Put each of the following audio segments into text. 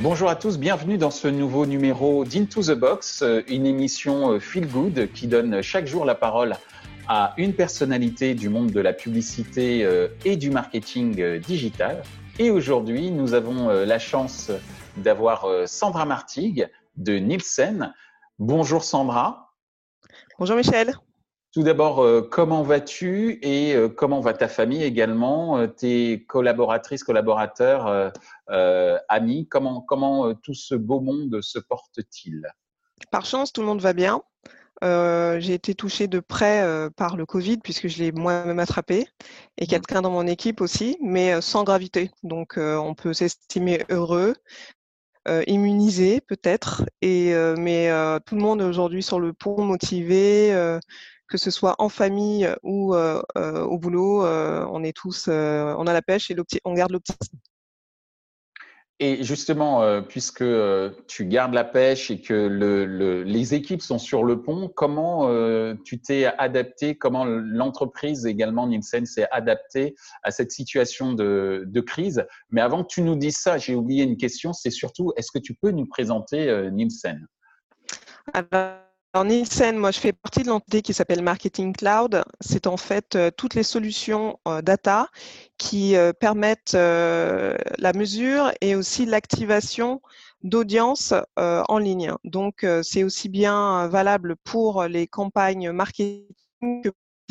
Bonjour à tous, bienvenue dans ce nouveau numéro d'Into the Box, une émission Feel Good qui donne chaque jour la parole à une personnalité du monde de la publicité et du marketing digital. Et aujourd'hui, nous avons la chance d'avoir Sandra Martigues de Nielsen. Bonjour Sandra. Bonjour Michel. Tout d'abord, comment vas-tu et comment va ta famille également, tes collaboratrices, collaborateurs, amis, comment tout ce beau monde se porte-t-il? Par chance, tout le monde va bien. J'ai été touchée de près par le Covid puisque je l'ai moi-même attrapé et quelqu'un dans mon équipe aussi, mais sans gravité. Donc, on peut s'estimer heureux, immunisé peut-être, mais tout le monde est aujourd'hui sur le pont, motivé, que ce soit en famille ou au boulot. On est tous, on a la pêche et on garde l'optimisme. Et justement, puisque tu gardes la pêche et que les équipes sont sur le pont, comment tu t'es adapté, comment l'entreprise également, Nielsen, s'est adaptée à cette situation de crise? Mais avant que tu nous dises ça, j'ai oublié une question, c'est surtout, est-ce que tu peux nous présenter Nielsen? Alors Nielsen, moi je fais partie de l'entité qui s'appelle Marketing Cloud. C'est en fait toutes les solutions data qui permettent la mesure et aussi l'activation d'audience en ligne. Donc c'est aussi bien valable pour les campagnes marketing que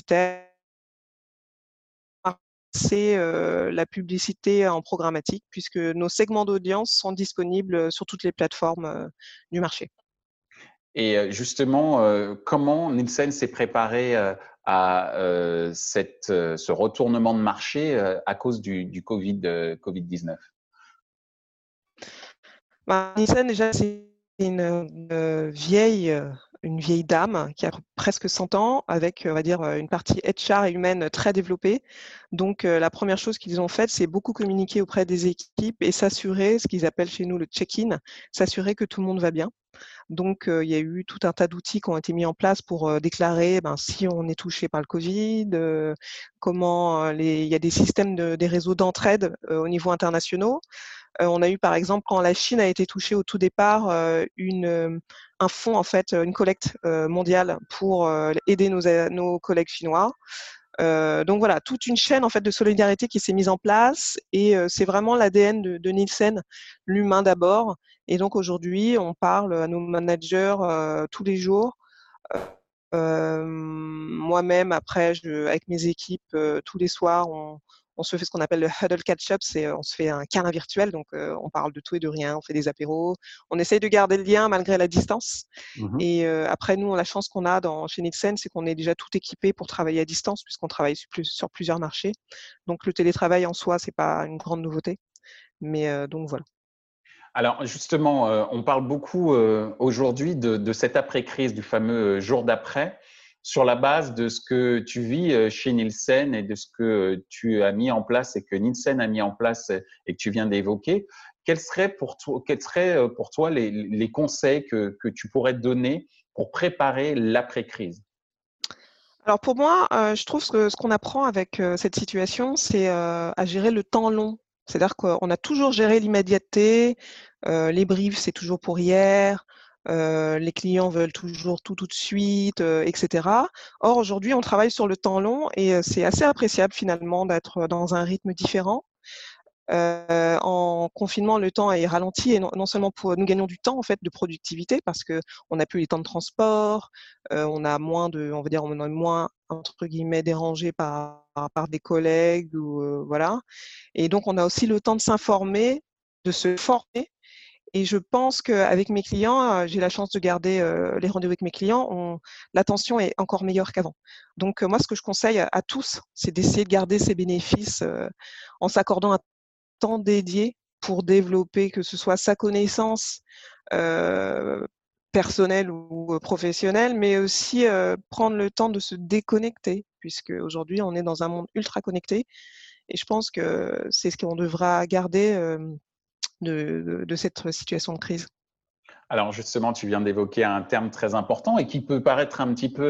c'est la publicité en programmatique puisque nos segments d'audience sont disponibles sur toutes les plateformes du marché. Et justement, comment Nielsen s'est préparé à ce retournement de marché à cause du Covid-19? Nielsen, déjà, c'est une vieille dame qui a presque 100 ans avec, on va dire, une partie HR et humaine très développée. Donc, la première chose qu'ils ont faite, c'est beaucoup communiquer auprès des équipes et s'assurer, ce qu'ils appellent chez nous le check-in, s'assurer que tout le monde va bien. Donc, il y a eu tout un tas d'outils qui ont été mis en place pour déclarer si on est touché par le Covid, il y a des systèmes, des réseaux d'entraide au niveau international. On a eu par exemple quand la Chine a été touchée au tout départ un fonds en fait, une collecte mondiale pour aider nos collègues chinois. Donc voilà, toute une chaîne en fait de solidarité qui s'est mise en place et c'est vraiment l'ADN de Nielsen, l'humain d'abord. Et donc aujourd'hui, on parle à nos managers tous les jours. Moi-même, après, avec mes équipes, tous les soirs, on se fait ce qu'on appelle le huddle catch-up, on se fait un câlin virtuel, donc on parle de tout et de rien, on fait des apéros, on essaye de garder le lien malgré la distance. Et après, nous, la chance qu'on a chez Nielsen, c'est qu'on est déjà tout équipé pour travailler à distance, puisqu'on travaille sur plusieurs marchés. Donc le télétravail en soi, c'est pas une grande nouveauté, mais donc voilà. Alors justement, on parle beaucoup aujourd'hui de cette après-crise, du fameux jour d'après, sur la base de ce que tu vis chez Nielsen et de ce que tu as mis en place et que Nielsen a mis en place et que tu viens d'évoquer. Quels seraient pour toi les conseils que tu pourrais donner pour préparer l'après-crise? Alors pour moi, je trouve que ce qu'on apprend avec cette situation, c'est à gérer le temps long. C'est-à-dire qu'on a toujours géré l'immédiateté, les briefs, c'est toujours pour hier, les clients veulent toujours tout de suite, etc. Or, aujourd'hui, on travaille sur le temps long et c'est assez appréciable finalement d'être dans un rythme différent. En confinement, le temps est ralenti et non seulement nous gagnons du temps en fait de productivité parce que on n'a plus les temps de transport, on a moins on va dire, on est moins entre guillemets dérangé par des collègues ou voilà. Et donc on a aussi le temps de s'informer, de se former. Et je pense qu'avec mes clients, j'ai la chance de garder les rendez-vous avec mes clients, l'attention est encore meilleure qu'avant. Donc moi, ce que je conseille à tous, c'est d'essayer de garder ces bénéfices en s'accordant un temps dédié pour développer que ce soit sa connaissance personnelle ou professionnelle, mais aussi prendre le temps de se déconnecter, puisque aujourd'hui on est dans un monde ultra connecté. Et je pense que c'est ce qu'on devra garder de cette situation de crise. Alors justement, tu viens d'évoquer un terme très important et qui peut paraître un petit peu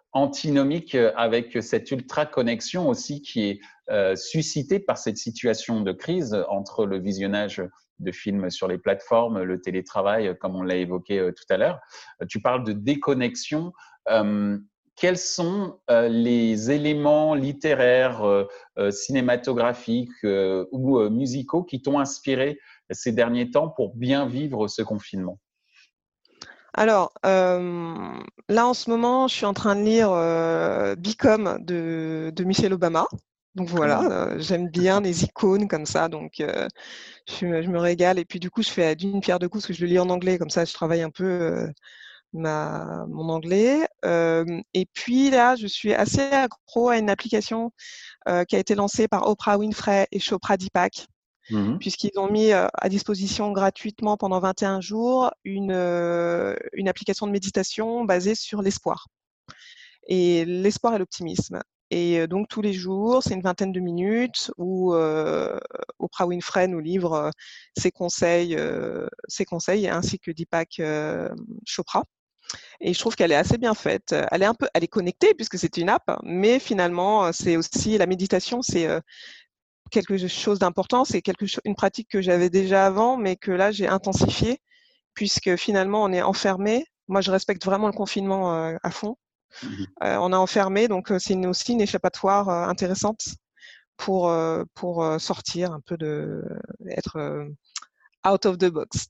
antinomique avec cette ultra-connexion aussi qui est suscitée par cette situation de crise entre le visionnage de films sur les plateformes, le télétravail, comme on l'a évoqué tout à l'heure. Tu parles de déconnexion. Quels sont les éléments littéraires, cinématographiques ou musicaux qui t'ont inspiré ces derniers temps pour bien vivre ce confinement? Alors, là, en ce moment, je suis en train de lire Become de Michelle Obama. Donc voilà, j'aime bien les icônes comme ça, donc je me régale. Et puis du coup, je fais d'une pierre deux coups parce que je le lis en anglais, comme ça, je travaille un peu mon anglais. Et puis là, je suis assez accro à une application qui a été lancée par Oprah Winfrey et Chopra Deepak, puisqu'ils ont mis à disposition gratuitement pendant 21 jours une application de méditation basée sur l'espoir. Et l'espoir et l'optimisme. Et donc tous les jours, c'est une vingtaine de minutes où Oprah Winfrey nous livre ses conseils ainsi que Deepak Chopra. Et je trouve qu'elle est assez bien faite. Elle est connectée puisque c'est une app, mais finalement, c'est aussi la méditation, c'est quelque chose d'important. C'est une pratique que j'avais déjà avant, mais que là j'ai intensifiée puisque finalement on est enfermé. Moi, je respecte vraiment le confinement à fond. On est enfermé, donc c'est aussi une échappatoire intéressante pour sortir un peu être out of the box.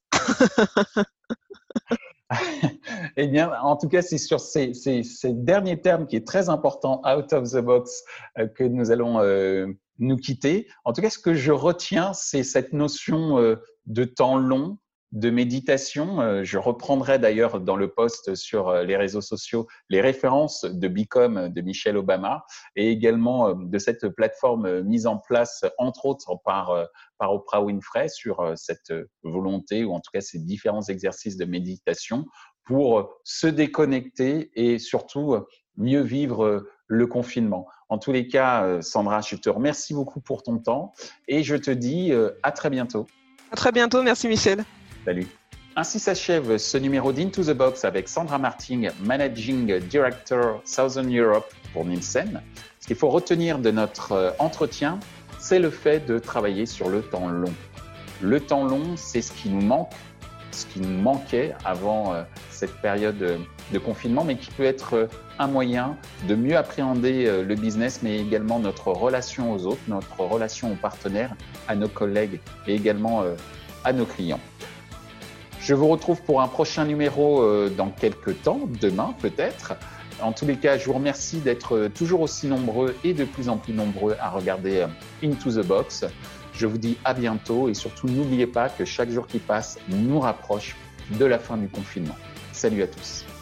Eh bien, en tout cas, c'est sur ces derniers termes qui est très important, out of the box, que nous allons nous quitter. En tout cas, ce que je retiens, c'est cette notion de temps long, de méditation. Je reprendrai d'ailleurs dans le post sur les réseaux sociaux les références de Become de Michelle Obama et également de cette plateforme mise en place, entre autres, par Oprah Winfrey sur cette volonté ou en tout cas ces différents exercices de méditation pour se déconnecter et surtout mieux vivre le confinement. En tous les cas, Sandra, je te remercie beaucoup pour ton temps et je te dis à très bientôt. À très bientôt, merci Michel. Salut. Ainsi s'achève ce numéro d'Into the Box avec Sandra Marting, Managing Director Southern Europe pour Nielsen. Ce qu'il faut retenir de notre entretien, c'est le fait de travailler sur le temps long. Le temps long, c'est ce qui nous manque, ce qui nous manquait avant cette période de confinement, mais qui peut être un moyen de mieux appréhender le business, mais également notre relation aux autres, notre relation aux partenaires, à nos collègues et également à nos clients. Je vous retrouve pour un prochain numéro dans quelques temps, demain peut-être. En tous les cas, je vous remercie d'être toujours aussi nombreux et de plus en plus nombreux à regarder Into the Box. Je vous dis à bientôt et surtout n'oubliez pas que chaque jour qui passe nous rapproche de la fin du confinement. Salut à tous.